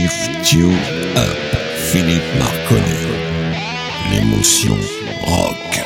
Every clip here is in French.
Lift You Up, Philippe Marconnet. L'émotion rock.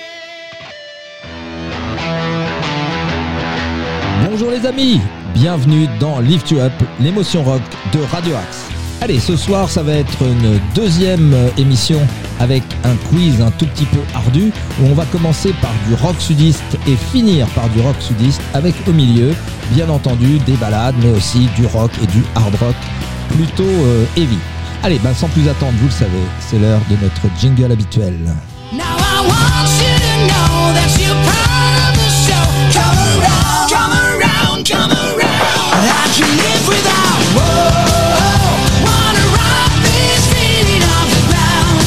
Bonjour les amis, bienvenue dans Lift You Up, l'émotion rock de Radio Axe. Allez, ce soir ça va être une deuxième émission avec un quiz un tout petit peu ardu où on va commencer par du rock sudiste et finir par du rock sudiste avec au milieu, bien entendu, des ballades mais aussi du rock et du hard rock plutôt heavy. Allez, sans plus attendre, vous le savez, c'est l'heure de notre jingle habituel. Now I want you to know that you're part of the show. Come around, come around, come around. I can live without. Whoa, wanna rock this feeling off the ground.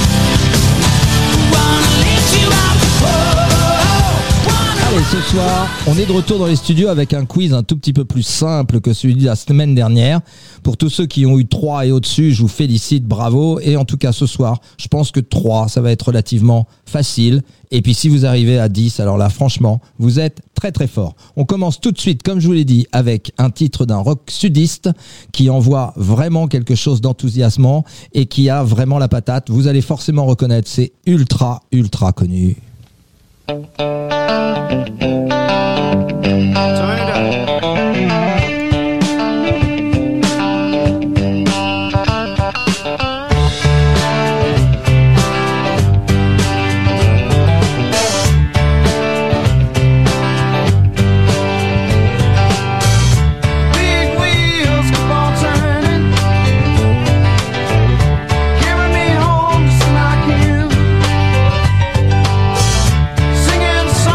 Wanna lift you up. Whoa, Allez, ce soir, on est de retour dans les studios avec un quiz un tout petit peu plus simple que celui de la semaine dernière. Pour tous ceux qui ont eu 3 et au-dessus, je vous félicite, bravo. Et en tout cas, ce soir, je pense que 3, ça va être relativement facile. Et puis si vous arrivez à 10, alors là, franchement, vous êtes très très fort. On commence tout de suite, comme je vous l'ai dit, avec un titre d'un rock sudiste qui envoie vraiment quelque chose d'enthousiasmant et qui a vraiment la patate. Vous allez forcément reconnaître, c'est ultra, ultra connu. singing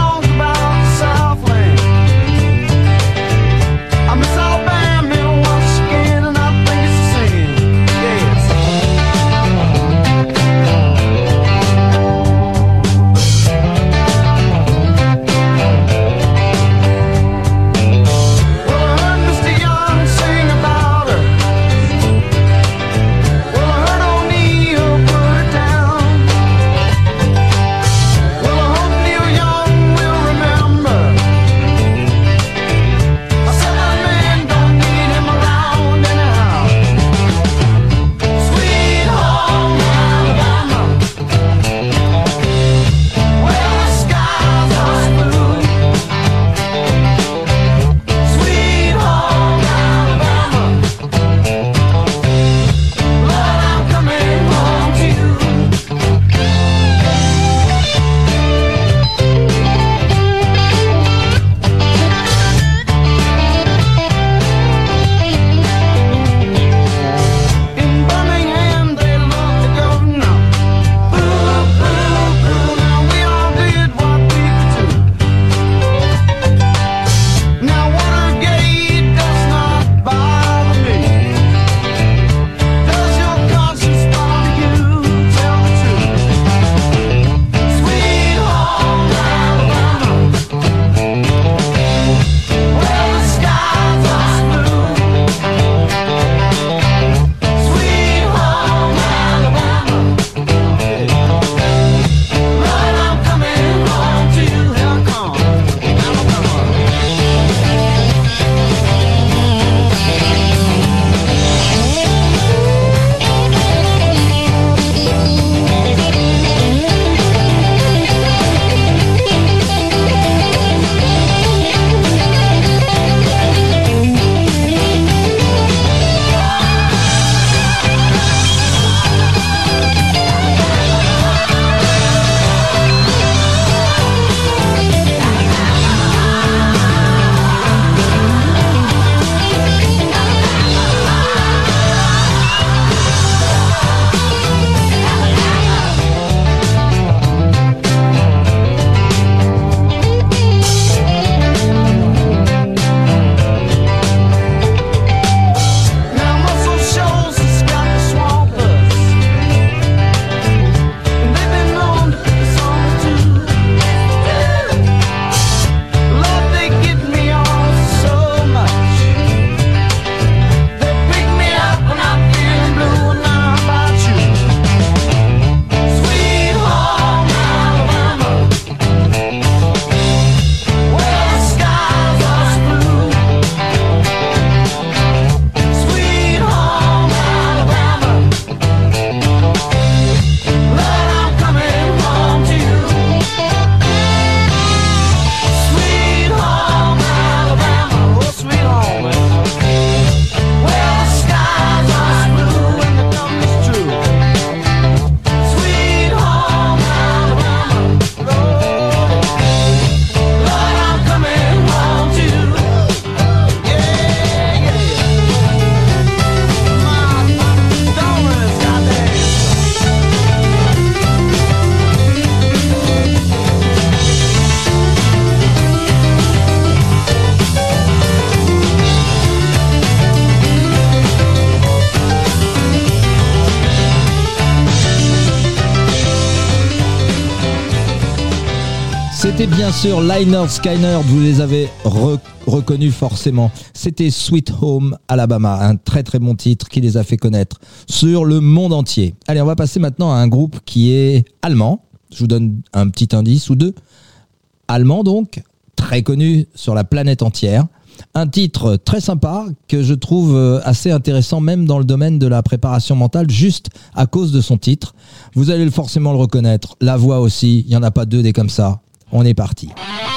C'était bien sûr Lynyrd Skynyrd, vous les avez reconnus forcément. C'était Sweet Home Alabama, un très très bon titre qui les a fait connaître sur le monde entier. Allez, on va passer maintenant à un groupe qui est allemand. Je vous donne un petit indice ou deux. Allemand donc, très connu sur la planète entière. Un titre très sympa que je trouve assez intéressant même dans le domaine de la préparation mentale juste à cause de son titre. Vous allez forcément le reconnaître. La voix aussi, il n'y en a pas deux des comme ça. On est parti.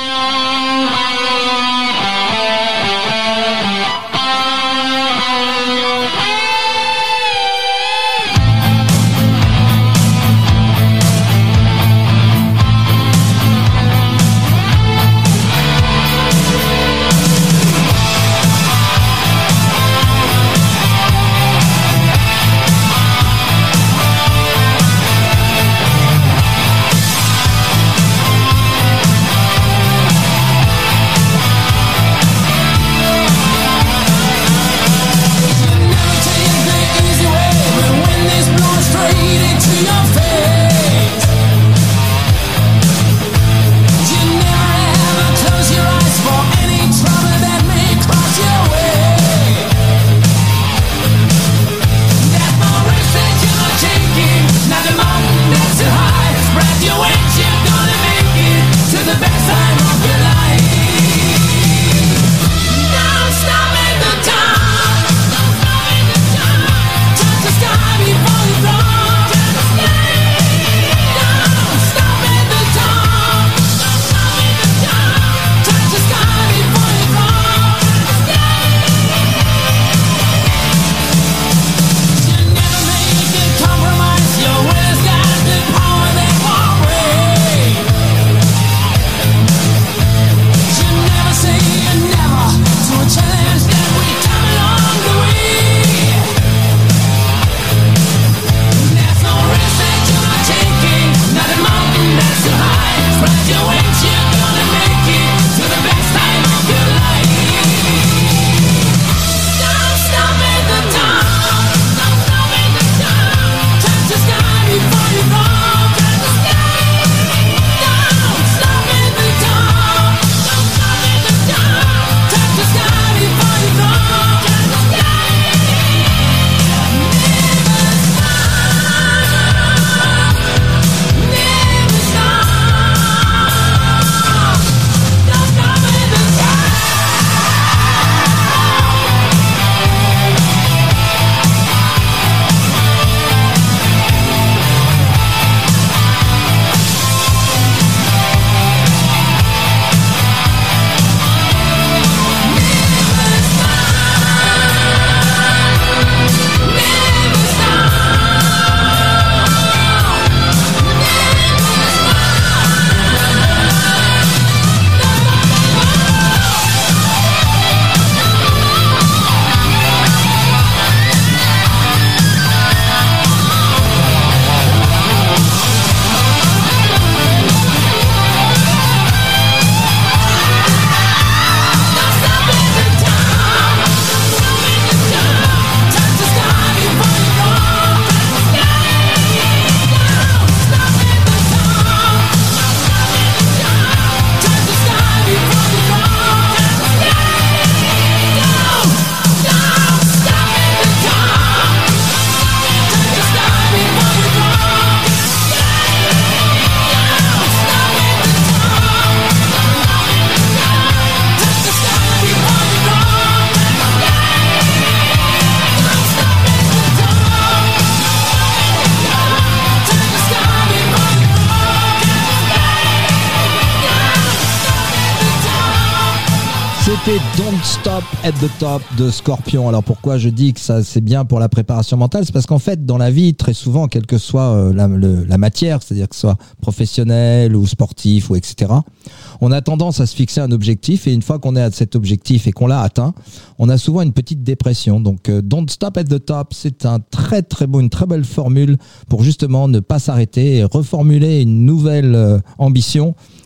C'était Don't Stop at the Top de Scorpion. Alors pourquoi je dis que ça c'est bien pour la préparation mentale, c'est parce qu'en fait dans la vie très souvent, quelle que soit la matière, c'est-à-dire que ce soit professionnel ou sportif ou etc., on a tendance à se fixer un objectif et une fois qu'on est à cet objectif et qu'on l'a atteint, on a souvent une petite dépression. Donc Don't Stop at the Top, c'est un très très beau, une très belle formule pour justement ne pas s'arrêter et reformuler une nouvelle ambition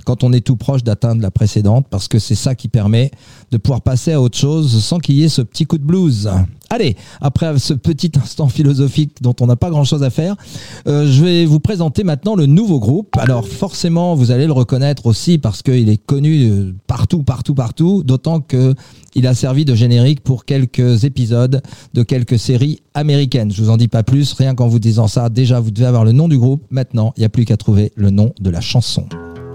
quand on est tout proche d'atteindre la précédente, parce que c'est ça qui permet de pouvoir passer à autre chose sans qu'il y ait ce petit coup de blues. Allez, après ce petit instant philosophique dont on n'a pas grand-chose à faire, je vais vous présenter maintenant le nouveau groupe. Alors forcément, vous allez le reconnaître aussi parce qu'il est connu partout, d'autant que il a servi de générique pour quelques épisodes de quelques séries américaines. Je vous en dis pas plus, rien qu'en vous disant ça, déjà vous devez avoir le nom du groupe. Maintenant, il n'y a plus qu'à trouver le nom de la chanson.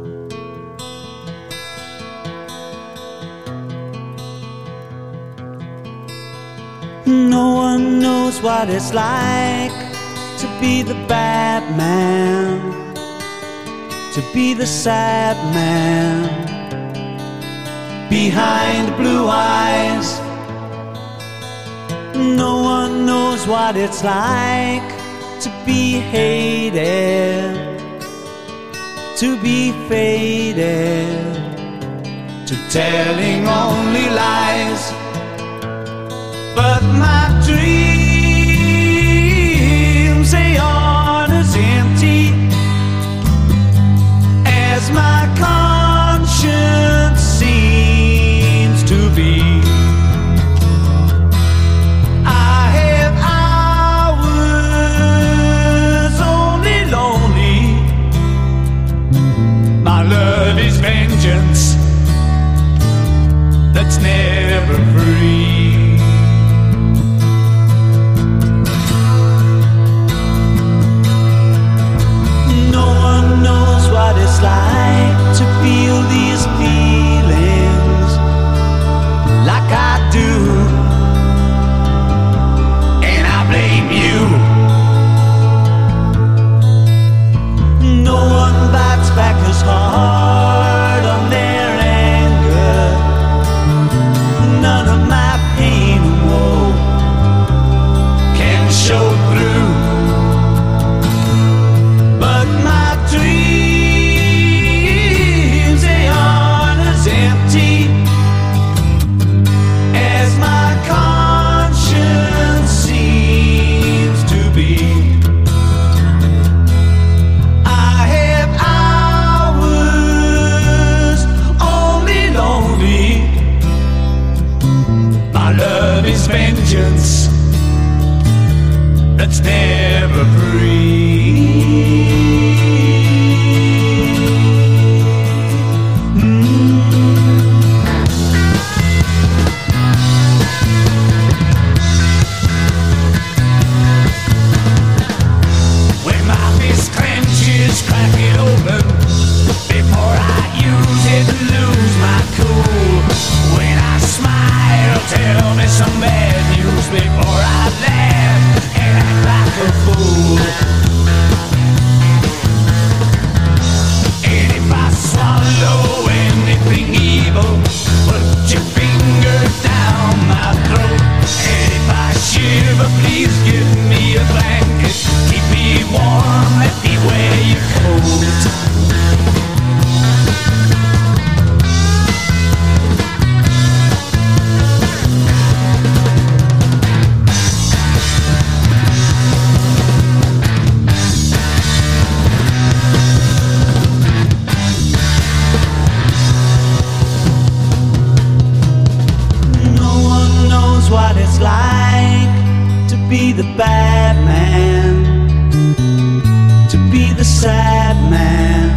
No one knows what it's like to be the bad man, to be the sad man behind blue eyes. No one knows what it's like to be hated, to be faded, to telling only lies. But my dreams, they aren't as empty as my conscience seems to be. I have hours only lonely. My love is vengeance that's never free. What it's like to feel these feelings like I do, and I blame you. No one bites back as hard on their anger. None of my pain and woe can show through. But my dreams, they aren't as empty as my conscience seems to be. I have hours only lonely. My love is vengeance that's never free. Crack it open before I use it and lose my cool. When I smile, tell me some bad news before I laugh and act like a fool. And if I swallow anything evil, put your finger down my throat. And if I shiver, please give me a blanket. Keep me warm, let me wear your coat. No one knows what it's like to be the bad man, to be the sad man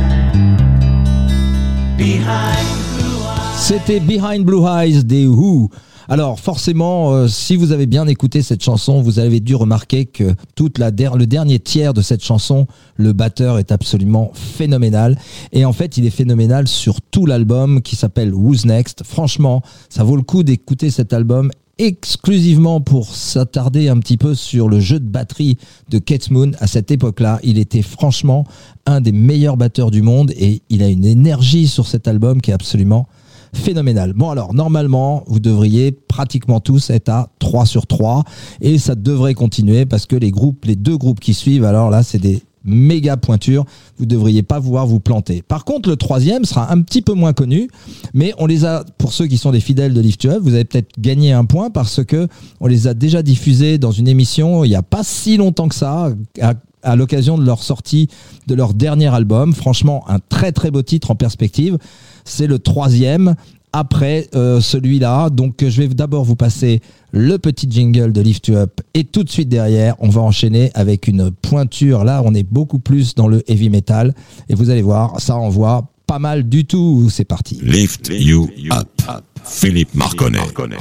behind blue eyes. C'était Behind Blue Eyes des Who. Alors forcément, si vous avez bien écouté cette chanson, vous avez dû remarquer que le dernier tiers de cette chanson, le batteur est absolument phénoménal. Et en fait, il est phénoménal sur tout l'album qui s'appelle Who's Next. Franchement, ça vaut le coup d'écouter cet album exclusivement pour s'attarder un petit peu sur le jeu de batterie de Keith Moon. À cette époque-là, il était franchement un des meilleurs batteurs du monde et il a une énergie sur cet album qui est absolument phénoménal. Bon alors, normalement, vous devriez pratiquement tous être à 3 sur 3 et ça devrait continuer parce que les deux groupes qui suivent, alors là, c'est des méga pointures. Vous devriez pas pouvoir vous planter. Par contre, le troisième sera un petit peu moins connu, mais on les a, pour ceux qui sont des fidèles de Lift You Up, vous avez peut-être gagné un point parce que on les a déjà diffusés dans une émission il y a pas si longtemps que ça, à l'occasion de leur sortie de leur dernier album. Franchement, un très très beau titre en perspective. C'est le 3e après celui-là. Donc je vais d'abord vous passer le petit jingle de Lift You Up et tout de suite derrière, on va enchaîner avec une pointure. Là, on est beaucoup plus dans le heavy metal et vous allez voir, ça envoie pas mal du tout. C'est parti. Lift You Up, Philippe Marconnet.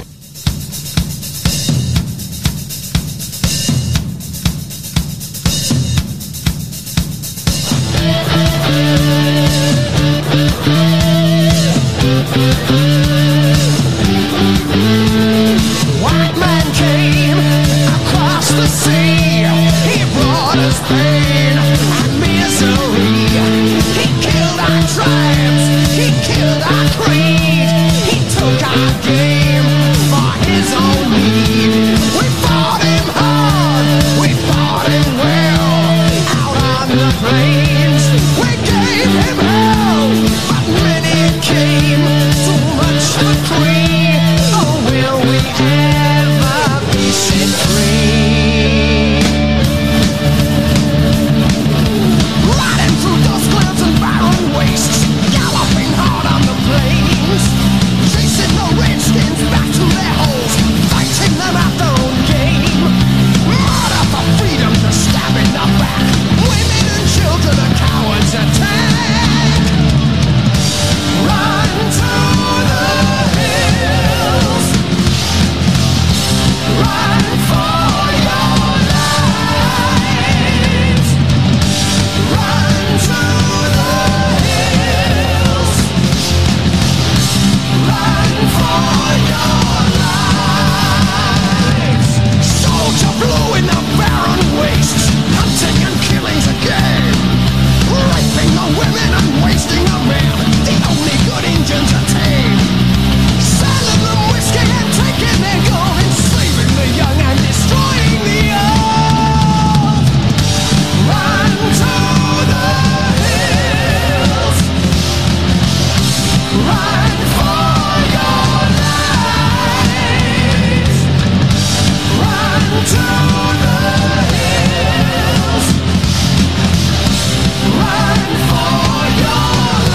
White man came across the sea. He brought us pain and misery. He killed our tribes. He killed our creed. He took our game for his own need. We fought him hard. We fought him well. Out on the plains, we gave him hell. But many came. Too much for free. Oh, will we ever be set free? Riding through those clouds and barren wastes, galloping hard on the plains, chasing the redskins back to their holes, fighting them at their own game. Murder for freedom, to stab in the back. Women and children are cowards attack. Run to the hills. Run for your lives. Run to the hills. Run for your lives. Soldier blue in the barren wastes, hunting and killing's a game. Raping the women and wasting the men, the only good Indians are tame. Selling them whiskey and taking their gold, enslaving the young and destroying the old. Run to the hills. Run for your lives. Run to the hills. Run for your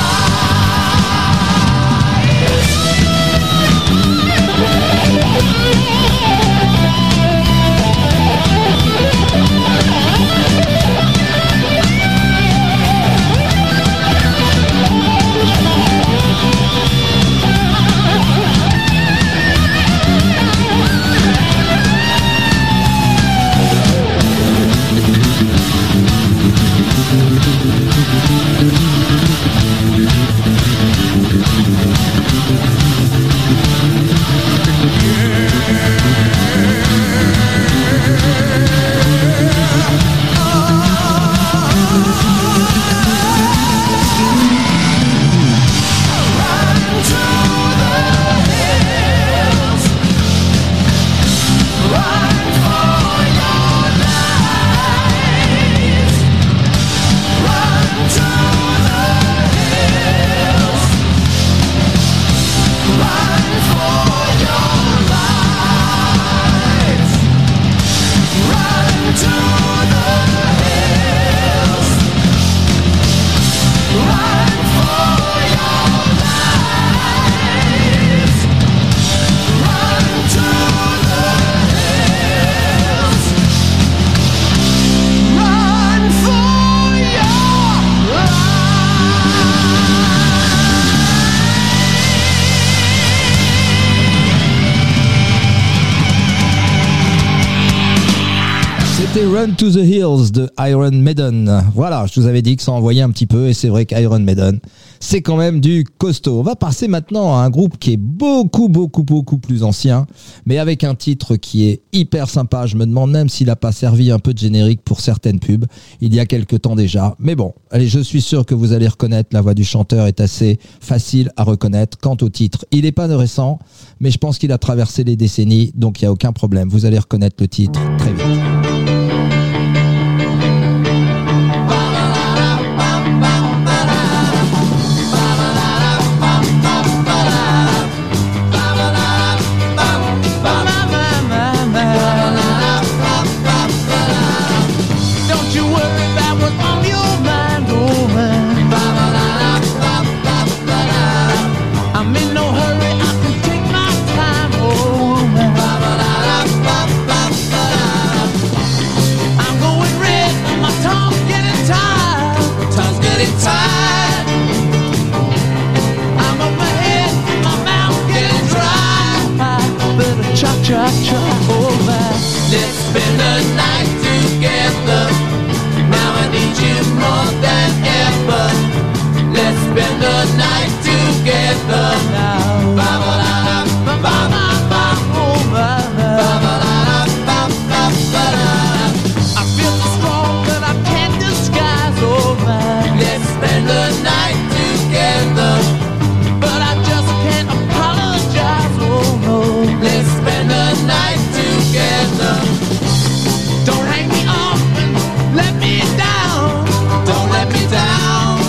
C'était Run to the Hills de Iron Maiden. Voilà, je vous avais dit que ça envoyait un petit peu et c'est vrai qu'Iron Maiden, c'est quand même du costaud. On va passer maintenant à un groupe qui est beaucoup plus ancien, mais avec un titre qui est hyper sympa. Je me demande même s'il n'a pas servi un peu de générique pour certaines pubs il y a quelques temps déjà. Mais bon, allez, je suis sûr que vous allez reconnaître. La voix du chanteur est assez facile à reconnaître. Quant au titre, il n'est pas récent, mais je pense qu'il a traversé les décennies, donc il n'y a aucun problème. Vous allez reconnaître le titre très vite. Don't you worry oh my. Let's spend the night together. Now I need you more than ever. Let's spend the night together now. Ba-ba-da-da-ba-ba-ba, oh my. Ba-ba-da-da-ba-ba-ba-da. I feel so strong that I can't disguise, oh my. Let's spend the night together, but I just can't apologize, oh no. Let's spend the night together. Don't hang me up and let me down. Don't let me down.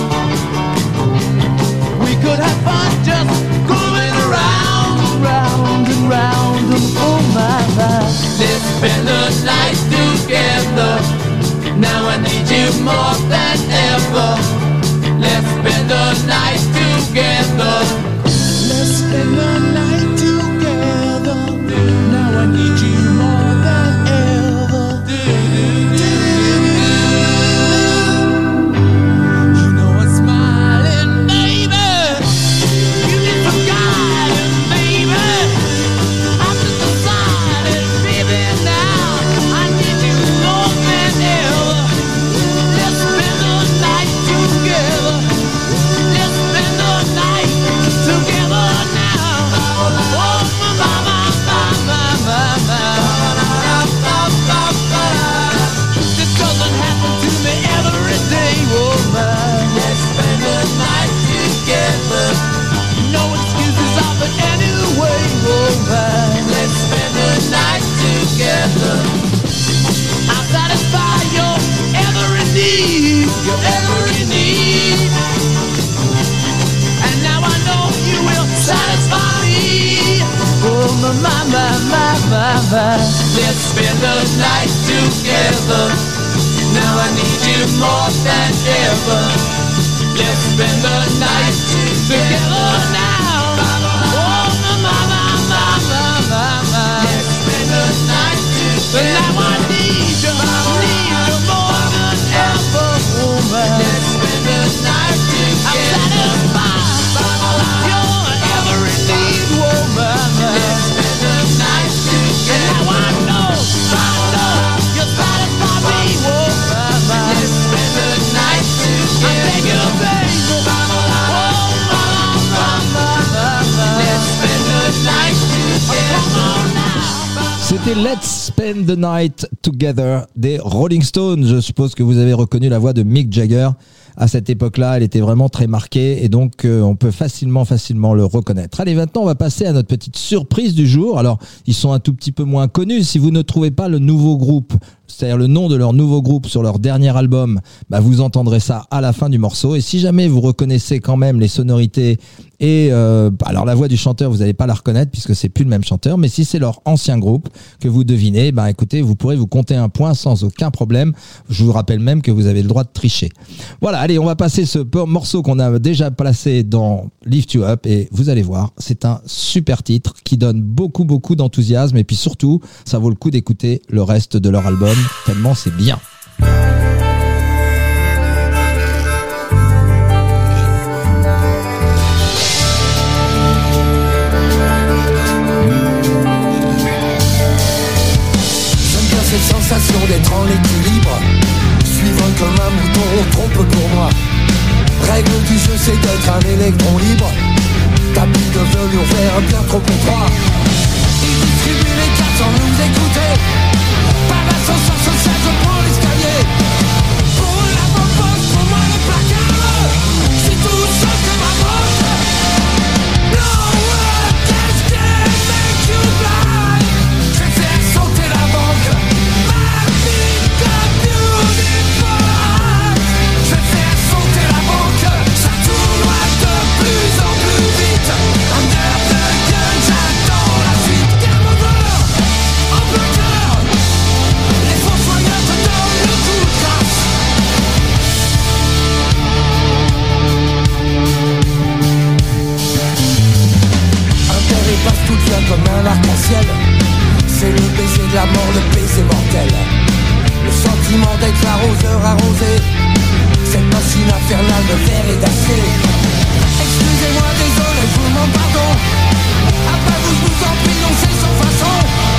We could have fun just going around, round and round, oh my, my. Let's spend the night together. Now I need you more than ever. Let's spend the night together. Let's spend the night together. Now I need you more than ever. You know I'm smiling, baby. You need some guidance, baby. I've just decided, baby, now I need you more than ever. Let's spend the night together. Let's spend the night together now. Oh, my, my, my, my, my. This doesn't happen to me every day, oh my. Let's spend the night together. No excuses offered anyway, oh my. Let's spend the night together. I'll satisfy your every need, your every need. And now I know you will satisfy me. Oh my, my, my, my, my, my. Let's spend the night together. Now I need you more than ever. Let's spend the night together now. Oh my, my, my, my, my, my, my. Let's spend the night together. Now I need you more than ever, woman. Let's spend the night together. I'm satisfied your every need, woman. Let's spend the night together. Now I know you satisfy me, woman. Let's spend the night together. I beg you, baby. Let's spend the night together. Come on now. C'était Let's Spend the Night Together des Rolling Stones. Je suppose que vous avez reconnu la voix de Mick Jagger. À cette époque-là, elle était vraiment très marquée et donc on peut facilement le reconnaître. Allez, maintenant on va passer à notre petite surprise du jour. Alors, ils sont un tout petit peu moins connus. Si vous ne trouvez pas le nouveau groupe, c'est-à-dire le nom de leur nouveau groupe sur leur dernier album, bah vous entendrez ça à la fin du morceau. Et si jamais vous reconnaissez quand même les sonorités et alors la voix du chanteur, vous n'allez pas la reconnaître puisque c'est plus le même chanteur. Mais si c'est leur ancien groupe que vous devinez, bah écoutez, vous pourrez vous compter un point sans aucun problème. Je vous rappelle même que vous avez le droit de tricher. Voilà, allez, on va passer ce morceau qu'on a déjà placé dans Lift You Up et vous allez voir, c'est un super titre qui donne beaucoup d'enthousiasme et puis surtout, ça vaut le coup d'écouter le reste de leur album tellement c'est bien. Cette sensation d'être en équilibre, suivant comme un mouton, trompe pour moi. Règle du jeu, c'est d'être un électron libre. Tapis de velours vert bien trop étroit. Ils distribuent les cartes sans nous écouter. Par l'ascenseur social, je prends l'escalier. Pour la bonne poste, pour moi le placard. C'est tout ça que ma poche. No one can make you blind. Je vais faire sauter la banque. Je vais faire sauter la banque. Ça tournoie de plus en plus vite. Under the gun, j'attends la suite. Game over, en plein cœur. Les fossoyeurs te donnent le coup de grâce. Inter et passe tout devient comme un arc-en-ciel. C'est le baiser de la mort, le baiser mortel. Le sentiment d'être l'arroseur arrosé. Cette machine infernale de verre et d'acier. Excusez-moi, désolé, je vous demande pardon. Après vous, je vous en prie, non, c'est sans façon.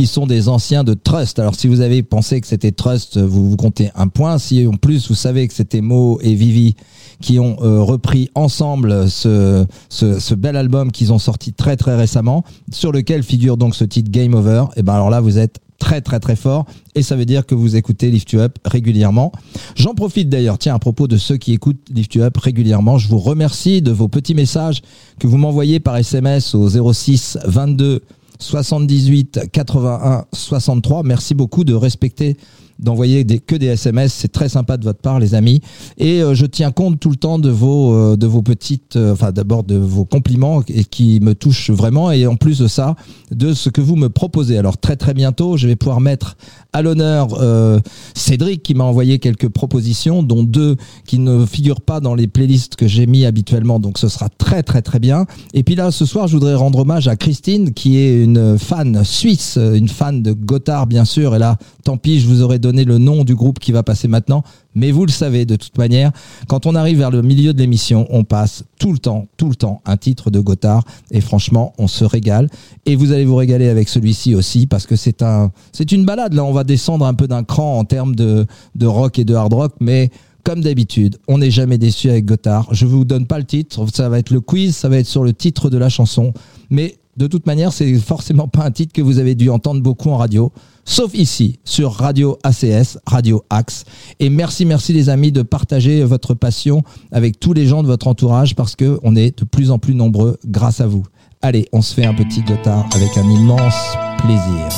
qui sont des anciens de Trust. Alors si vous avez pensé que c'était Trust, vous comptez un point. Si en plus vous savez que c'était Mo et Vivi qui ont repris ensemble ce bel album qu'ils ont sorti très très récemment, sur lequel figure donc ce titre Game Over, et ben alors là vous êtes très très très fort, et ça veut dire que vous écoutez Lift You Up régulièrement. J'en profite d'ailleurs, tiens, à propos de ceux qui écoutent Lift You Up régulièrement, je vous remercie de vos petits messages que vous m'envoyez par SMS au 06 22 78 81 63. Merci beaucoup de respecter, d'envoyer que des SMS, c'est très sympa de votre part les amis, et je tiens compte tout le temps de vos petites, enfin d'abord de vos compliments et qui me touchent vraiment, et en plus de ça de ce que vous me proposez. Alors très très bientôt je vais pouvoir mettre à l'honneur Cédric qui m'a envoyé quelques propositions, dont 2 qui ne figurent pas dans les playlists que j'ai mis habituellement, donc ce sera très très très bien. Et puis là ce soir je voudrais rendre hommage à Christine qui est une fan suisse, une fan de Gotthard bien sûr, et là tant pis, je vous aurais donné le nom du groupe qui va passer maintenant, mais vous le savez de toute manière, quand on arrive vers le milieu de l'émission, on passe tout le temps un titre de Gotthard, et franchement on se régale, et vous allez vous régaler avec celui-ci aussi, parce que c'est une balade. Là on va descendre un peu d'un cran en termes de rock et de hard rock, mais comme d'habitude, on n'est jamais déçu avec Gotthard. Je vous donne pas le titre, ça va être le quiz, ça va être sur le titre de la chanson, mais de toute manière, c'est forcément pas un titre que vous avez dû entendre beaucoup en radio, sauf ici, sur Radio ACS, Radio Axe. Et merci les amis de partager votre passion avec tous les gens de votre entourage, parce que on est de plus en plus nombreux grâce à vous. Allez, on se fait un petit Gotthard avec un immense plaisir.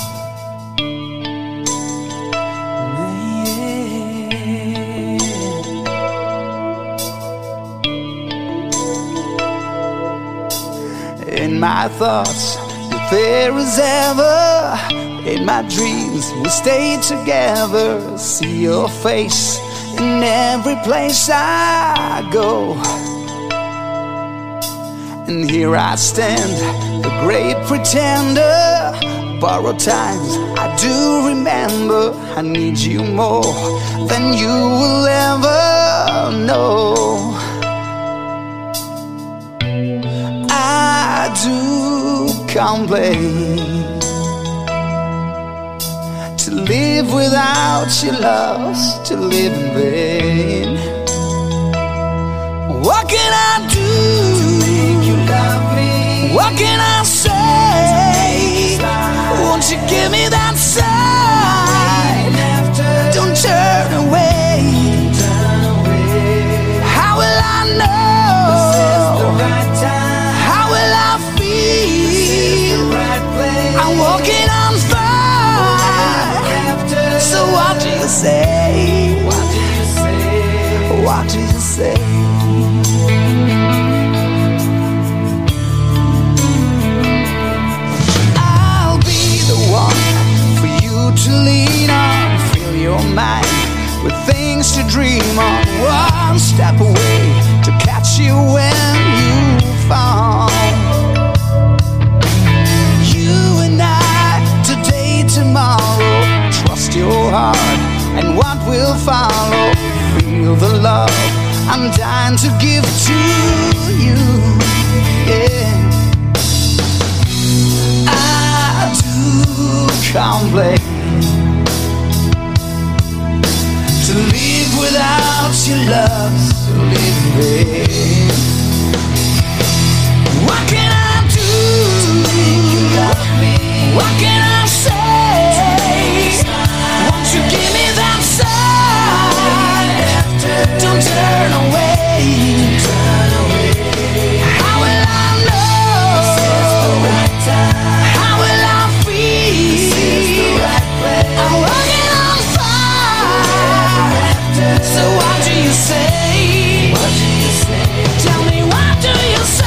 In my thoughts, if there is ever, in my dreams we stay together. See your face in every place I go. And here I stand, the great pretender. Borrowed times I do remember. I need you more than you will ever know. I do complain to live without your love, to live in vain. What can I do to make you love me? What can I say? Won't you give me that sign? Don't turn away. How will I know? This is the right time. I'm walking on fire. So what do you say? What do you say? What do you say? I'll be the one for you to lean on. Fill your mind with things to dream on. One step away to catch you when you fall. Tomorrow, trust your heart and what will follow. Feel the love I'm dying to give to you. Yeah, I do complain to live without your love, to live in vain. What can I do to make you love me? What can I say? Won't you give me that sign? Don't turn away. How will I know? How will I feel? I'm walking on fire. So what do you say? Tell me, what do you say?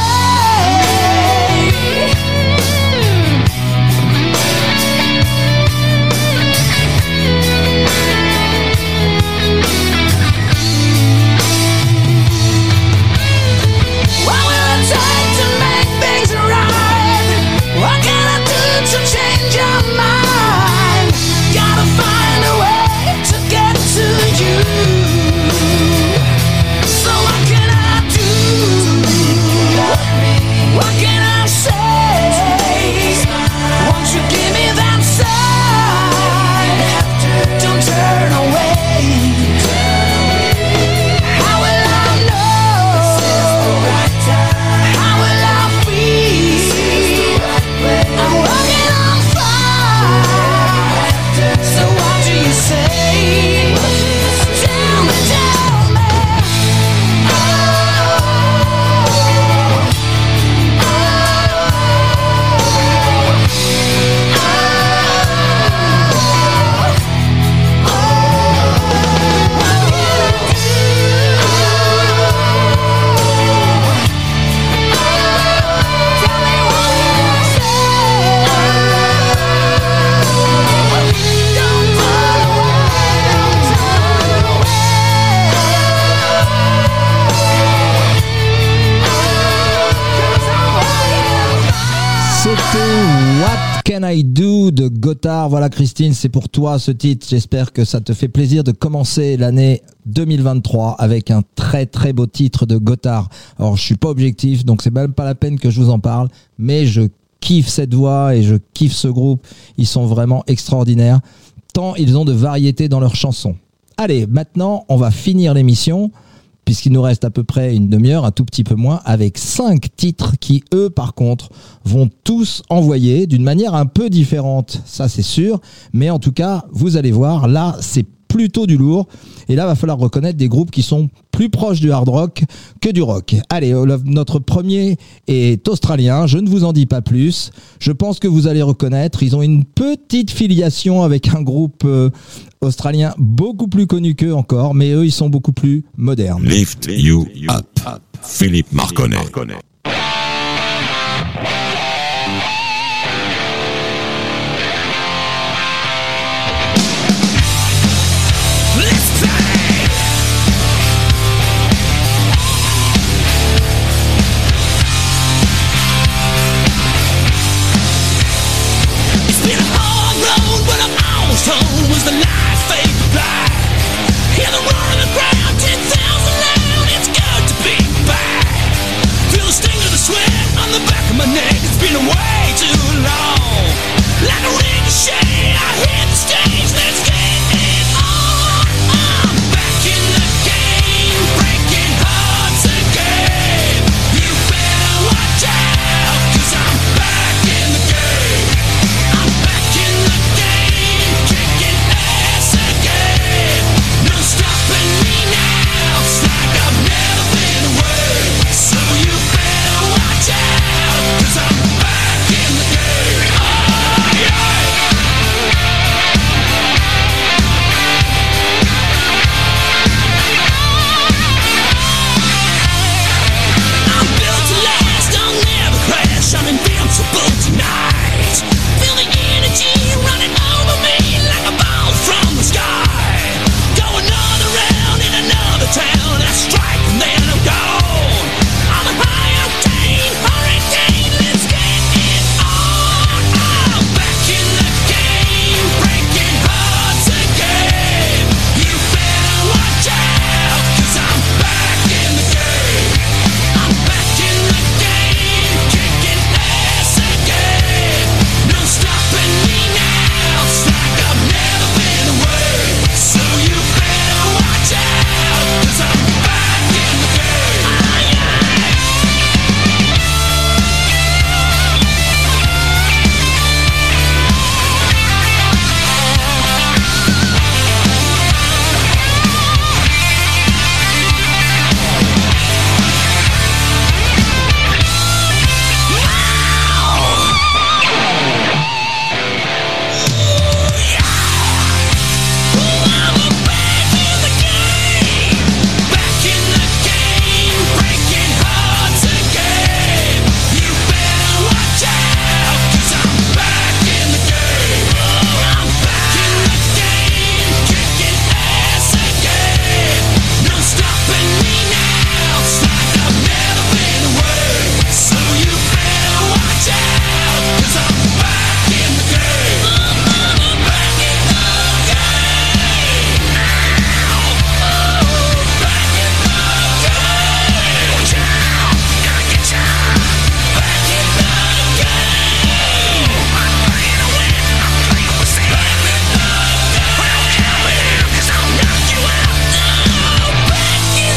Can I Do de Gotthard. Voilà Christine, c'est pour toi ce titre. J'espère que ça te fait plaisir de commencer l'année 2023 avec un très très beau titre de Gotthard. Alors je suis pas objectif, donc c'est même pas la peine que je vous en parle, mais je kiffe cette voix et je kiffe ce groupe. Ils sont vraiment extraordinaires, tant ils ont de variété dans leurs chansons. Allez, maintenant on va finir l'émission, puisqu'il nous reste à peu près une demi-heure, un tout petit peu moins, avec 5 titres qui, eux, par contre, vont tous envoyer d'une manière un peu différente, ça c'est sûr, mais en tout cas, vous allez voir, là, c'est plutôt du lourd, et là, va falloir reconnaître des groupes qui sont plus proches du hard rock que du rock. Allez, notre premier est australien, je ne vous en dis pas plus, je pense que vous allez reconnaître, ils ont une petite filiation avec un groupe australien beaucoup plus connu qu'eux encore, mais eux, ils sont beaucoup plus modernes. Lift You Up, Philippe Marconnet. Was the light fade to black? Hear the roar of the crowd, 10,000 loud. It's good to be back. Feel the sting of the sweat on the back of my neck. It's been way too long. Like a ricochet, I hit the stage. Let's get it on. I'm back in the game, breaking hearts again. You better watch out, 'cause I'm back in the game. I'm back in the game, kicking ass again. No stopping me now, it's like I've never been away. So you better watch out, 'cause I'm back in the game. Oh yeah. I'm built to last, I'll never crash. I'm invincible tonight. Feel the energy running over me like a ball from the sky. Go another round in another town. I strike and then I'm gone. I'm a high octane hurricane. Let's get it on. I'm back in the game, breaking hearts again. You better watch out, 'cause I'm back in the game. I'm back in the game, kicking ass again. No stopping me now, it's like I've never been away. So you better watch out, 'cause I'm back in the game. Back in the game, breaking hearts again. You better watch out, 'cause I'm back in the game. I'm back in the game, kicking ass again. No stopping me now, it's like I've never been away. So you better watch out, 'cause I'm back in the game. I'm back in the game. Back in the game. Watch out, gotta get ya. Back in the game. I'm playing to win, I'm playing for safe. Back in the game. Well, come here, 'cause I'll knock you out. Back in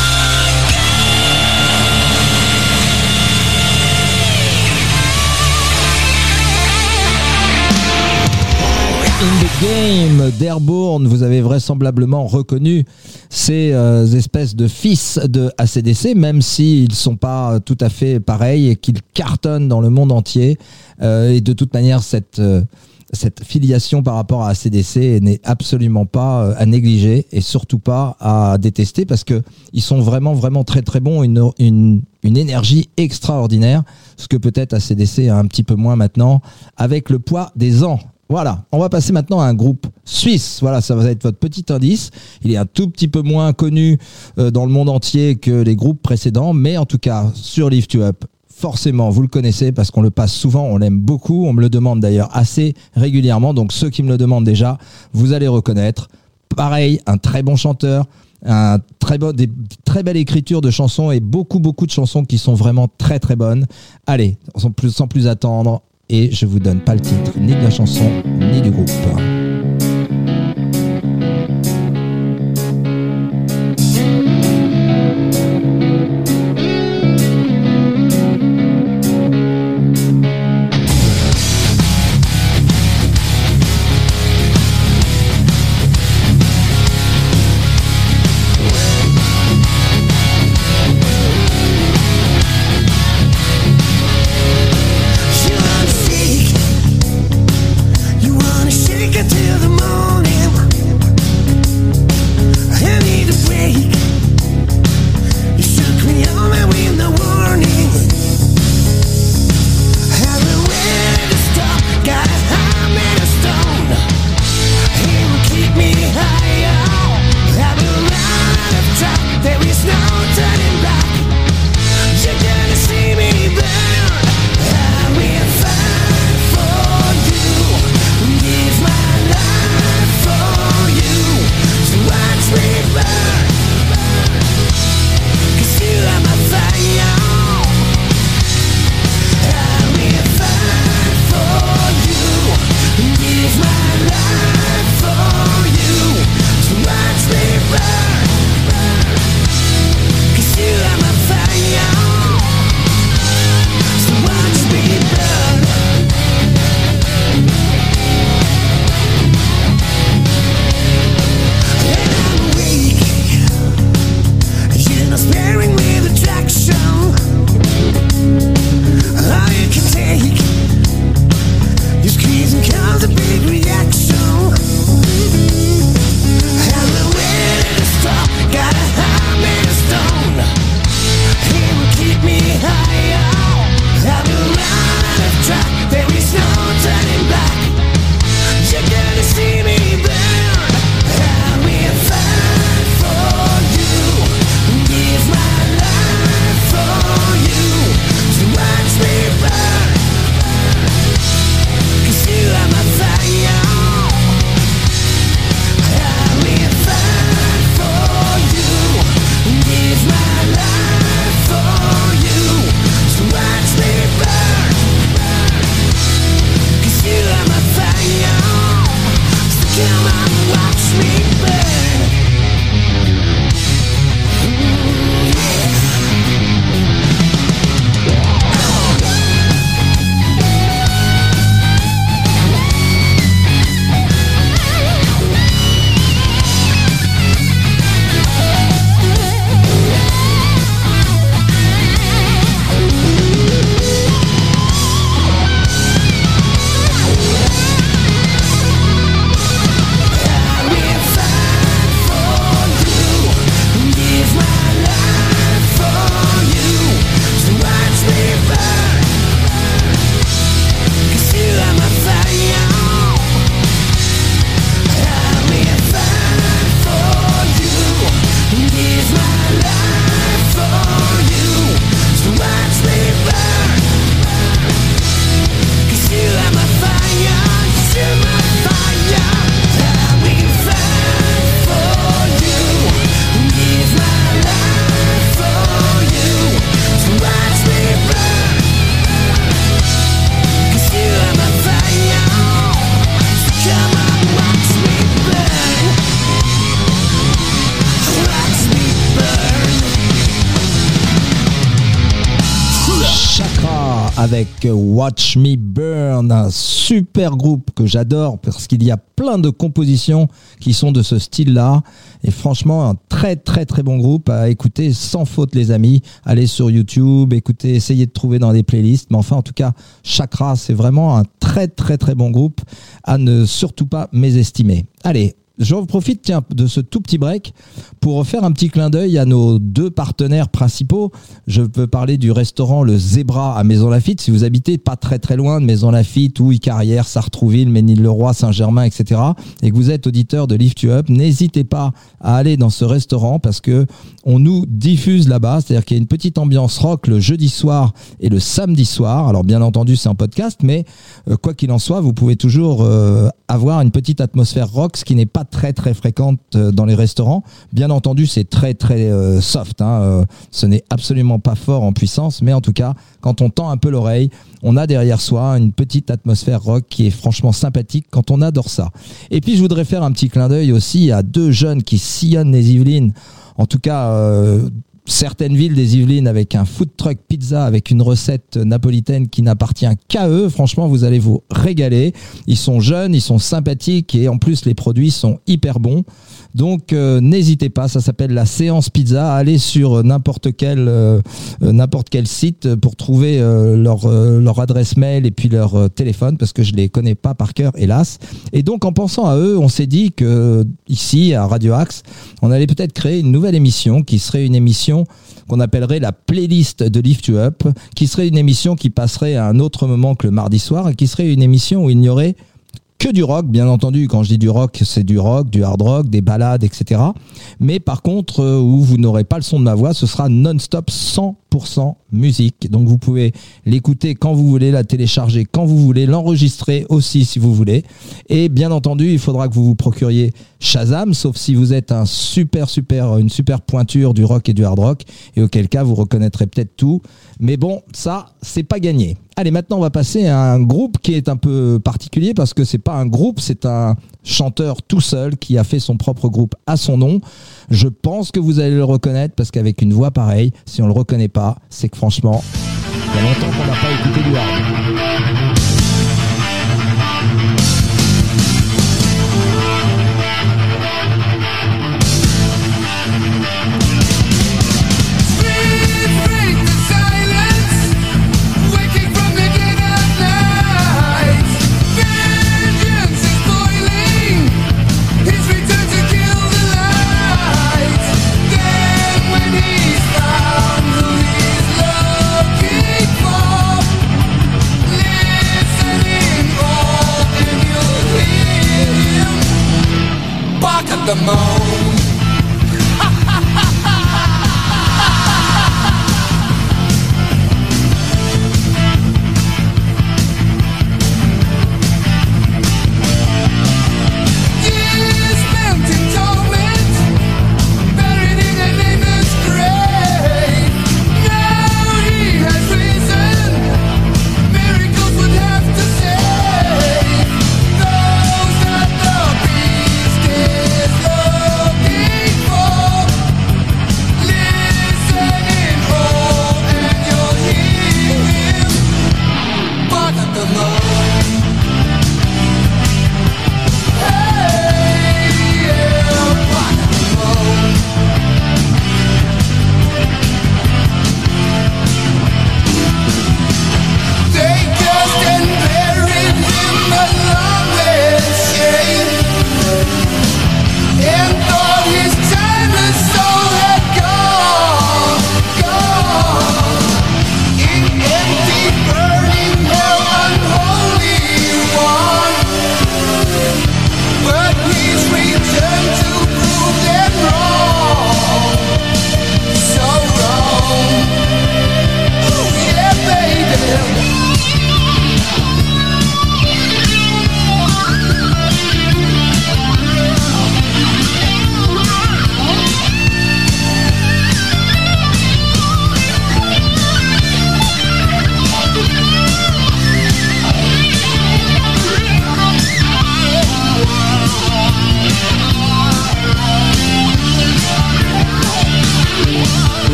In the Game d'Airborne, vous avez vraisemblablement reconnu ces espèces de fils de AC/DC, même s'ils sont pas tout à fait pareils et qu'ils cartonnent dans le monde entier. Et de toute manière, cette filiation par rapport à AC/DC n'est absolument pas à négliger et surtout pas à détester, parce que ils sont vraiment vraiment très très bons, une énergie extraordinaire, ce que peut-être AC/DC a un petit peu moins maintenant avec le poids des ans. Voilà, on va passer maintenant à un groupe suisse. Voilà, ça va être votre petit indice. Il est un tout petit peu moins connu dans le monde entier que les groupes précédents, mais en tout cas, sur Lift You Up, forcément, vous le connaissez parce qu'on le passe souvent, on l'aime beaucoup, on me le demande d'ailleurs assez régulièrement, donc ceux qui me le demandent déjà, vous allez reconnaître. Pareil, un très bon chanteur, des très belles écritures de chansons et beaucoup de chansons qui sont vraiment très très bonnes. Allez, sans plus attendre, et je vous donne pas le titre ni de la chanson ni du groupe. Shake it till the morning. I need a break. You shook me on my with no warning. I've been ready to stop. Got a heart made of stone. He will keep me higher. I've been out of track. There is no turning back. You're gonna see me burn. I will fight for you. Give my life for you. So watch me burn. 'Cause you are my fire. I will fight for you. Give my life for you. So watch me burn. 'Cause you are my fire. So watch me burn. And I'm weak. You're not sparing with attraction. All you can take. You squeeze and cause a big reaction. I'm ready to stop. Got a heart made of stone. He will keep me higher. I've been out of track. There is no turning back. You're gonna see me burn. I will fight for you. Give my life for you. So watch me burn. 'Cause you are my fire. I will fight for you. Give my life for you. So watch me burn. 'Cause you are my fire. So come on, watch me burn. I will fight for you. Give my life for you. So watch me burn. 'Cause you are my fire. I will fight for you. Give my life for you. So watch me burn. 'Cause you are my fire. You're my fire. I will fight for you. Give my life for you. So watch me burn. 'Cause you are my fire. So come on, watch me burn. Watch me burn. Chakra avec Watch Me Burn, un super groupe que j'adore parce qu'il y a plein de compositions qui sont de ce style-là et franchement un très très très bon groupe à écouter sans faute les amis. Allez sur YouTube, écoutez, essayez de trouver dans des playlists, mais enfin en tout cas Chakra c'est vraiment un très très très bon groupe à ne surtout pas mésestimer. Allez, j'en profite tiens, de ce tout petit break pour faire un petit clin d'œil à nos deux partenaires principaux. Je peux parler du restaurant Le Zébra à Maison Lafitte. Si vous habitez pas très très loin de Maison Lafitte, Houille, Carrière, Sartrouville, Ménil-le-Roi, Saint-Germain, etc. et que vous êtes auditeur de Lift You Up, n'hésitez pas à aller dans ce restaurant parce que on nous diffuse là-bas. C'est-à-dire qu'il y a une petite ambiance rock le jeudi soir et le samedi soir. Alors bien entendu, c'est en podcast, mais quoi qu'il en soit, vous pouvez toujours avoir une petite atmosphère rock, ce qui n'est pas très très fréquente dans les restaurants. Bien entendu, c'est très très soft. Ce n'est absolument pas fort en puissance, mais en tout cas, quand on tend un peu l'oreille, on a derrière soi une petite atmosphère rock qui est franchement sympathique quand on adore ça. Et puis, je voudrais faire un petit clin d'œil aussi à deux jeunes qui sillonnent les Yvelines. En tout cas, certaines villes des Yvelines avec un food truck pizza avec une recette napolitaine qui n'appartient qu'à eux. Franchement, vous allez vous régaler. Ils sont jeunes, ils sont sympathiques et en plus, les produits sont hyper bons. Donc, n'hésitez pas, ça s'appelle la Séance Pizza. Allez sur n'importe quel site pour trouver leur adresse mail et puis leur téléphone parce que je les connais pas par cœur, hélas. Et donc, en pensant à eux, on s'est dit que ici, à Radio Axe, on allait peut-être créer une nouvelle émission qui serait une émission qu'on appellerait la playlist de Lift You Up, qui serait une émission qui passerait à un autre moment que le mardi soir et qui serait une émission où il n'y aurait que du rock, bien entendu. Quand je dis du rock, c'est du rock, du hard rock, des ballades, etc. Mais par contre, où vous n'aurez pas le son de ma voix, ce sera non-stop 100% musique. Donc vous pouvez l'écouter quand vous voulez, la télécharger quand vous voulez, l'enregistrer aussi si vous voulez. Et bien entendu, il faudra que vous vous procuriez Shazam, sauf si vous êtes une super pointure du rock et du hard rock, et auquel cas vous reconnaîtrez peut-être tout. Mais bon, ça, c'est pas gagné. Allez, maintenant on va passer à un groupe qui est un peu particulier parce que c'est pas un groupe, c'est un chanteur tout seul qui a fait son propre groupe à son nom. Je pense que vous allez le reconnaître parce qu'avec une voix pareille, si on le reconnaît pas, c'est que franchement, il y a longtemps qu'on n'a pas écouté du hard. The moon. Love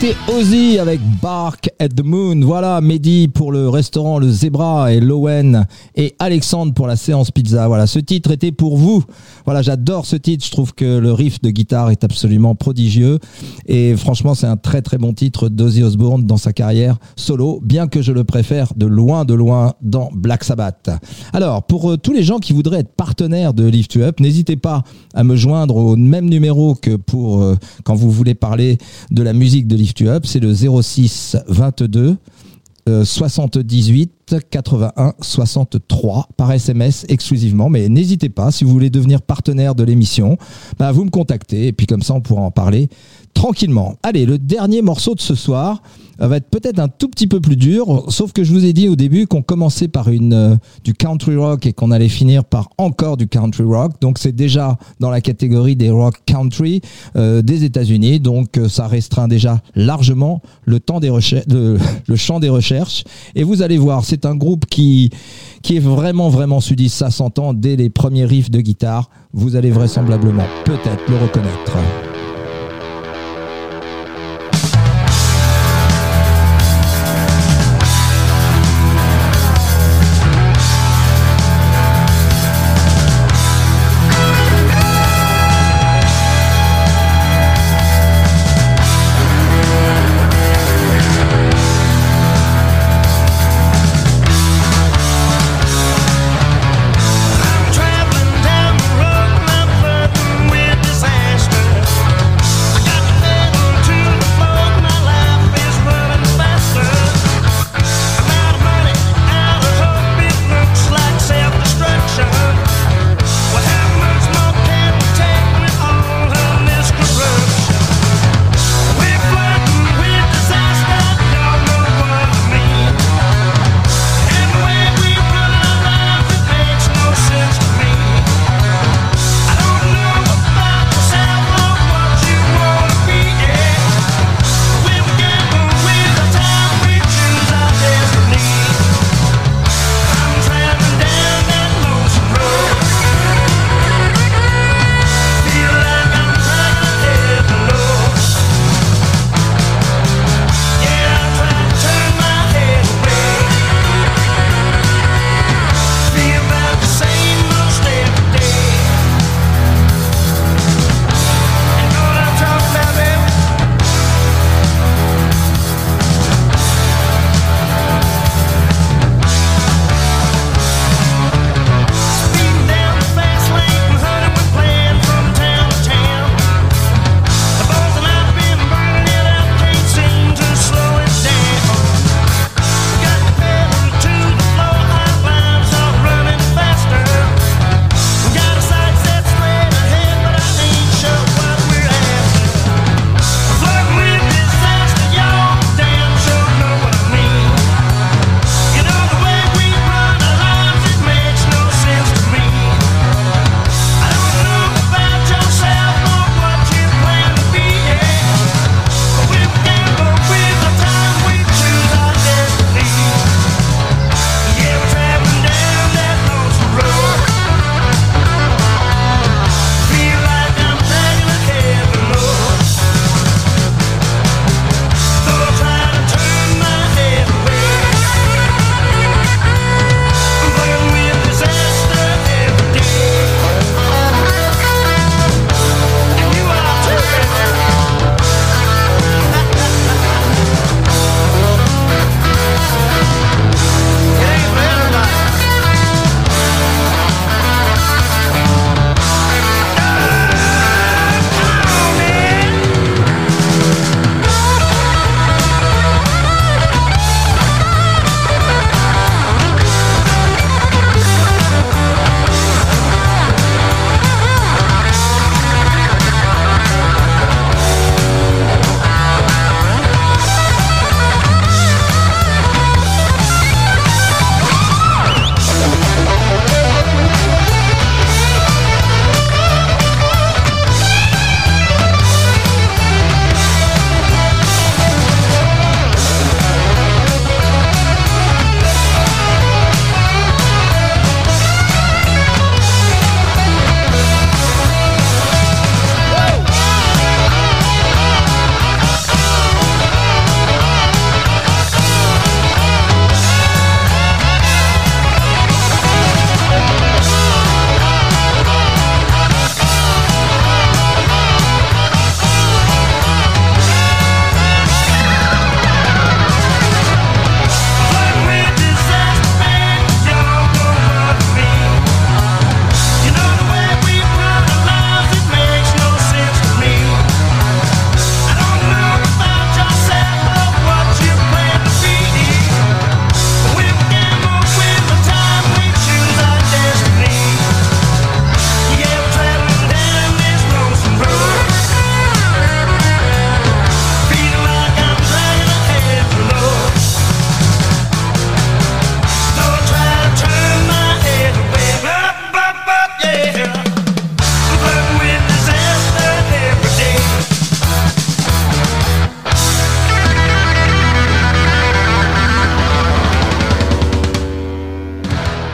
C'était Ozzy avec Bark at the Moon. Voilà, Mehdi pour le restaurant Le Zebra et Lowen et Alexandre pour la séance pizza. Voilà, ce titre était pour vous. Voilà, j'adore ce titre. Je trouve que le riff de guitare est absolument prodigieux. Et franchement, c'est un très très bon titre d'Ozzy Osbourne dans sa carrière solo, bien que je le préfère de loin dans Black Sabbath. Alors, pour tous les gens qui voudraient être partenaires de Lift You Up, n'hésitez pas à me joindre au même numéro que pour quand vous voulez parler de la musique de Lift You Up, c'est le 06 22 78 81 63 par SMS exclusivement, mais n'hésitez pas, si vous voulez devenir partenaire de l'émission, vous me contactez et puis comme ça on pourra en parler tranquillement. Allez, le dernier morceau de ce soir va être peut-être un tout petit peu plus dur, sauf que je vous ai dit au début qu'on commençait par du country rock et qu'on allait finir par encore du country rock, donc c'est déjà dans la catégorie des rock country des États-Unis, donc ça restreint déjà largement le temps des recherches, le champ des recherches, et vous allez voir, c'est un groupe qui est vraiment sudiste, ça s'entend dès les premiers riffs de guitare, vous allez vraisemblablement peut-être le reconnaître. Traveling down the road, my burden with disaster.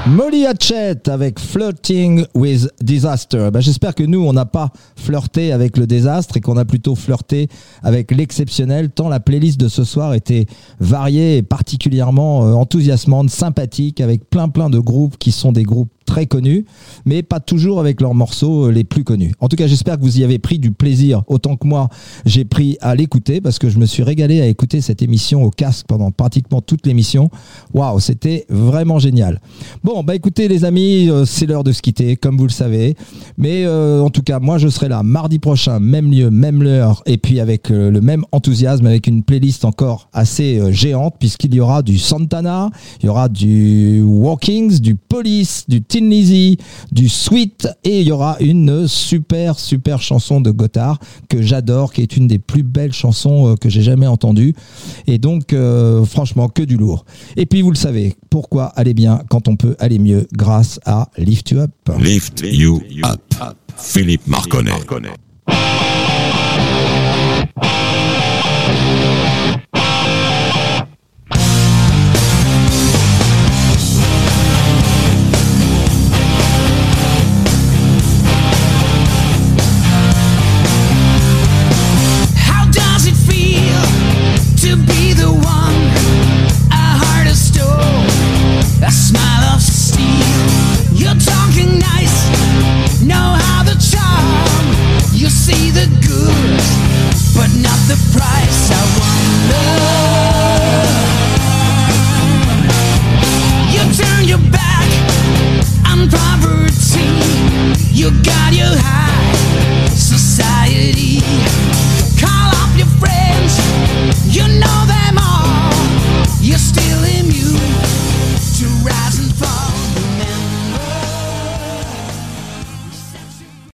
Molly Hatchet avec Flirting with Disaster. J'espère que nous, on n'a pas flirté avec le désastre et qu'on a plutôt flirté avec l'exceptionnel, tant la playlist de ce soir était variée et particulièrement enthousiasmante, sympathique, avec plein de groupes qui sont des groupes très connus, mais pas toujours avec leurs morceaux les plus connus. En tout cas, j'espère que vous y avez pris du plaisir autant que moi j'ai pris à l'écouter, parce que je me suis régalé à écouter cette émission au casque pendant pratiquement toute l'émission. Waouh, c'était vraiment génial. Bon, écoutez les amis, c'est l'heure de se quitter, comme vous le savez. Mais en tout cas, moi je serai là mardi prochain, même lieu, même l'heure, et puis avec le même enthousiasme, avec une playlist encore assez géante, puisqu'il y aura du Santana, il y aura du Walkings, du Police, du Tin Lizzy, du Sweet, et il y aura une super chanson de Gotthard que j'adore, qui est une des plus belles chansons que j'ai jamais entendues, et donc franchement que du lourd. Et puis vous le savez, pourquoi aller bien quand on peut aller mieux grâce à Lift You Up. Lift You Up. Philippe Marconnet.